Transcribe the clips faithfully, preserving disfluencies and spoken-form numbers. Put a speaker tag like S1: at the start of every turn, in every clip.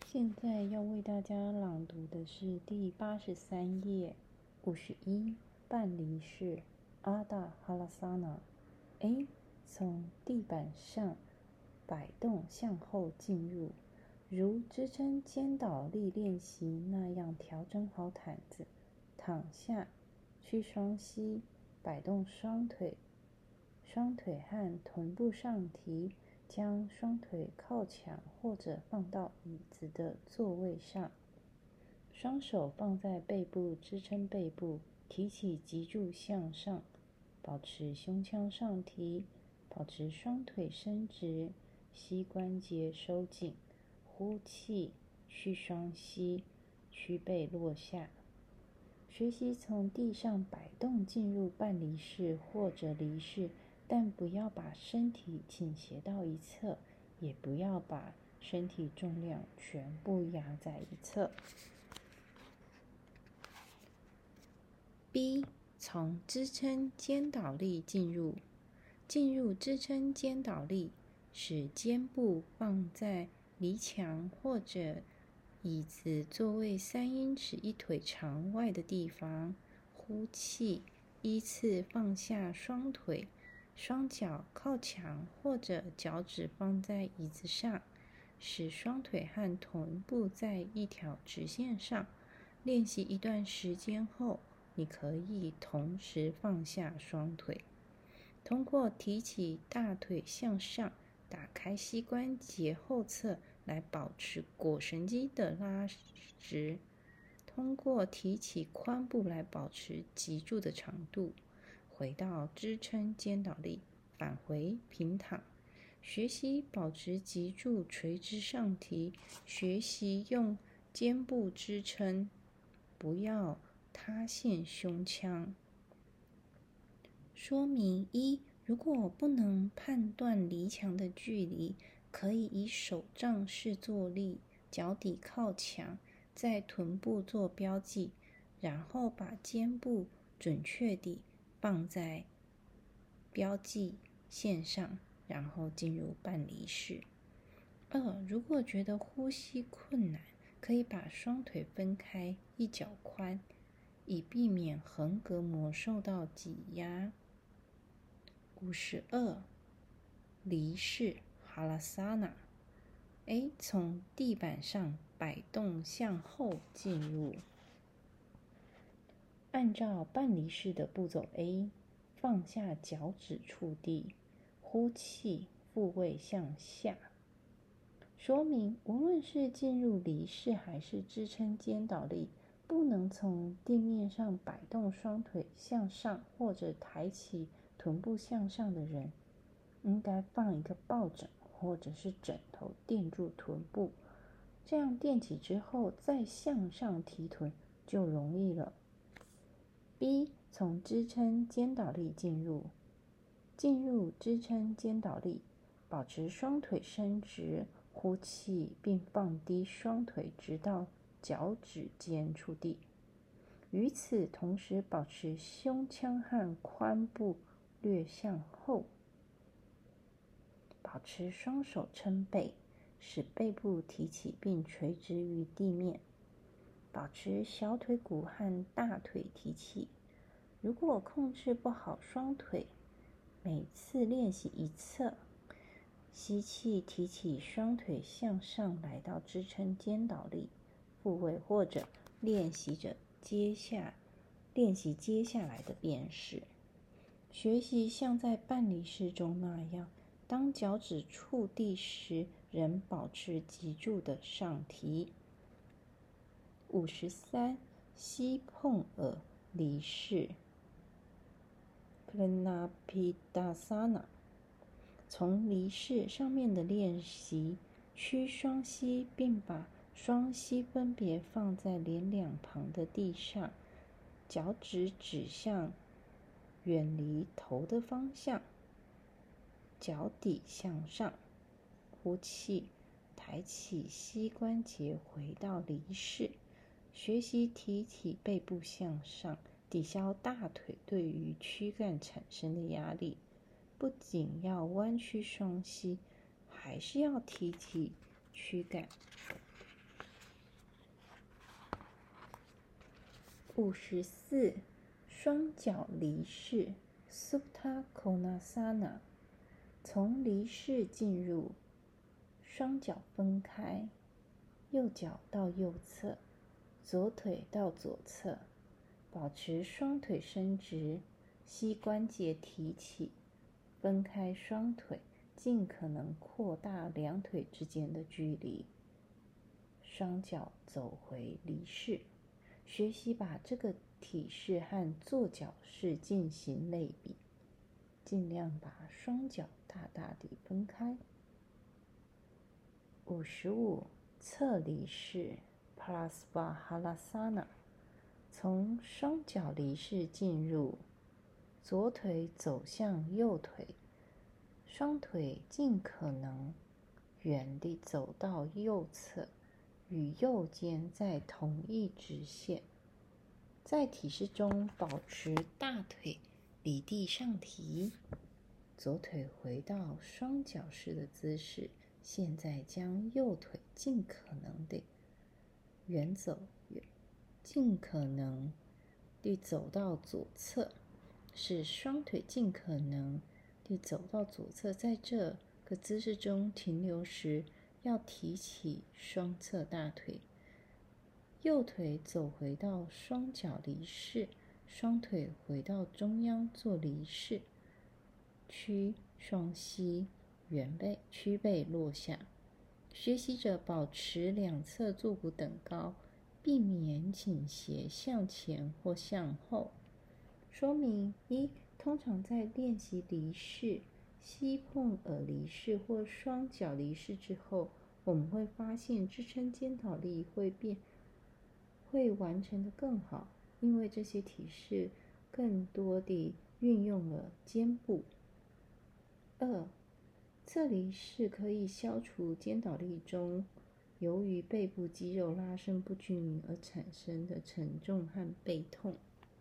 S1: 现在要为大家朗读的是第八十三页，五十一半离式阿达哈拉萨那。A 从地板上摆动向后进入，如支撑肩倒立练习那样调整好毯子，躺下，屈双膝，摆动双腿，双腿和臀部上提。将双腿靠墙或者放到椅子的座位上，双手放在背部支撑背部，提起脊柱向上，保持胸腔上提，保持双腿伸直，膝关节收紧，呼气，屈双膝，屈背落下。学习从地上摆动进入半离式或者离式，但不要把身体倾斜到一侧，也不要把身体重量全部压在一侧。B 从支撑肩倒立进入，进入支撑肩倒立，使肩部放在离墙或者椅子座位三英尺一腿长外的地方。呼气，依次放下双腿，双脚靠墙或者脚趾放在椅子上，使双腿和臀部在一条直线上。练习一段时间后，你可以同时放下双腿，通过提起大腿向上，打开膝关节后侧来保持腘绳肌的拉直，通过提起髋部来保持脊柱的长度。回到支撑肩倒立，返回平躺，学习保持脊柱垂直上提，学习用肩部支撑，不要塌陷胸腔。说明一：如果不能判断离墙的距离，可以以手杖式坐立，脚底靠墙，在臀部做标记，然后把肩部准确地放在标记线上，然后进入半离式。二、如果觉得呼吸困难，可以把双腿分开，一脚宽，以避免横膈膜受到挤压。五十二离式哈拉萨那。A 从地板上摆动向后进入，按照半离式的步骤 A， 放下脚趾触地，呼气，腹位向下。说明无论是进入离式还是支撑肩倒立，不能从地面上摆动双腿向上或者抬起臀部向上的人，应该放一个抱枕或者是枕头垫住臀部，这样垫起之后再向上提臀就容易了。B 从支撑肩倒立进入，进入支撑肩倒立，保持双腿伸直，呼气并放低双腿直到脚趾尖触地，与此同时保持胸腔和髋部略向后，保持双手撑背，使背部提起并垂直于地面，保持小腿骨和大腿提起。如果控制不好双腿，每次练习一侧，吸气提起双腿向上来到支撑肩倒立复位，或者练习着接下练习接下来的变式。学习像在半离式中那样，当脚趾触地时仍保持脊柱的上提。五十三膝碰耳离式Pranapidasana。从离式上面的练习，屈双膝并把双膝分别放在脸两旁的地上，脚趾指向远离头的方向，脚底向上，呼气，抬起膝关节回到离式，学习提起背部向上，抵消大腿对于躯干产生的压力。不仅要弯曲双膝，还是要提起躯干。 五十四，双脚离式 Supta Konasana， 从离式进入，双脚分开，右脚到右侧，左腿到左侧，保持双腿伸直，膝关节提起，分开双腿，尽可能扩大两腿之间的距离。双脚走回离式，学习把这个体式和坐脚式进行类比，尽量把双脚大大地分开。五十五，侧离式 Prasvahalasana， 从双脚离式进入，左腿走向右腿，双腿尽可能远地走到右侧，与右肩在同一直线。在体式中保持大腿离地上提，左腿回到双脚式的姿势。现在将右腿尽可能地远走，尽可能地走到左侧，使双腿尽可能地走到左侧。在这个姿势中停留时，要提起双侧大腿，右腿走回到双脚离式，双腿回到中央做离式，屈双膝，圆背屈背落下。学习者保持两侧坐骨等高，避免倾斜向前或向后。说明一，通常在练习离式、膝碰耳离式或双脚离式之后，我们会发现支撑肩倒立会变会完成得更好，因为这些体式更多地运用了肩部。二，侧离式可以消除肩倒立中由于背部肌肉拉伸不均匀而产生的沉重和背痛。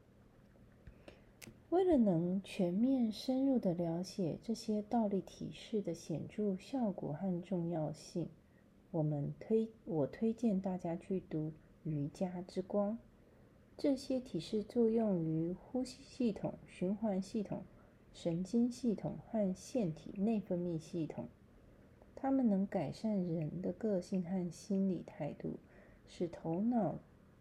S1: 为了能全面深入地了解这些倒立体式的显著效果和重要性，我们推我推荐大家去读《瑜伽之光》。这些体式作用于呼吸系统、循环系统、神经系统和腺体内分泌系统。它们能改善人的个性和心理态度，使头脑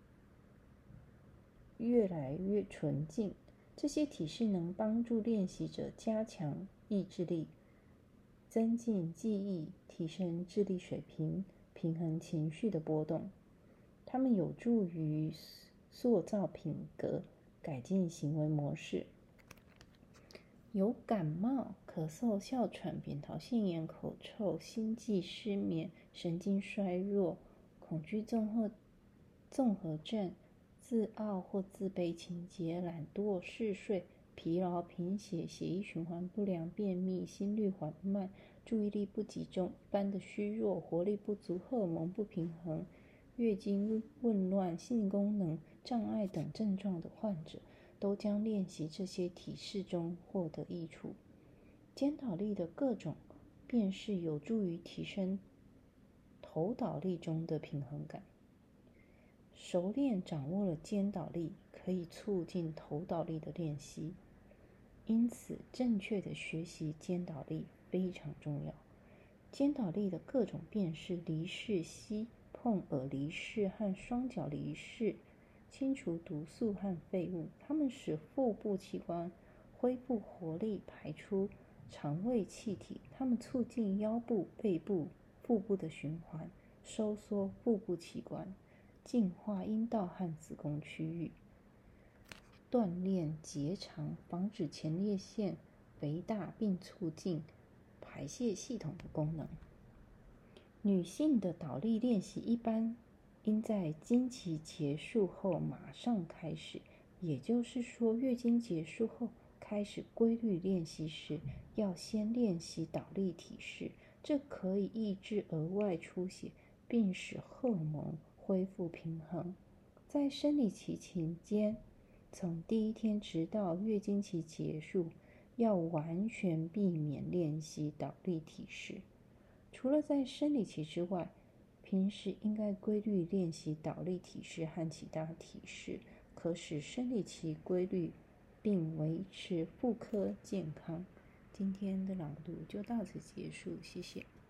S1: 越来越纯净。这些体式能帮助练习者加强意志力，增进记忆，提升智力水平，平衡情绪的波动。它们有助于塑造品格，改进行为模式。有感冒、咳嗽、哮喘、扁桃腺炎、口臭、心悸、失眠、神经衰弱、恐惧综合综合症、自傲或自卑情节、懒惰、嗜睡、疲劳、贫血、血液循环不良、便秘、心率缓慢、注意力不集中、一般的虚弱、活力不足、荷尔蒙不平衡、月经紊乱、性功能障碍等症状的患者，都将练习这些体式中获得益处。肩倒立的各种变式有助于提升头倒立中的平衡感。熟练掌握了肩倒立，可以促进头倒立的练习。因此，正确的学习肩倒立非常重要。肩倒立的各种变式，离式、膝碰耳离式和双脚离式，清除毒素和废物，它们使腹部器官恢复活力，排出肠胃气体，它们促进腰部、背部、腹部的循环，收缩腹部器官，净化阴道和子宫区域，锻炼结肠，防止前列腺肥大，并促进排泄系统的功能。女性的倒立练习一般应在经期结束后马上开始，也就是说，月经结束后开始规律练习时，要先练习倒立体式，这可以抑制额外出血，并使荷尔蒙恢复平衡。在生理期期间，从第一天直到月经期结束，要完全避免练习倒立体式。除了在生理期之外，平时应该规律练习倒立体式和其他体式， 可使生理期规律，并维持妇科健康。今天的朗读就到此结束，谢谢。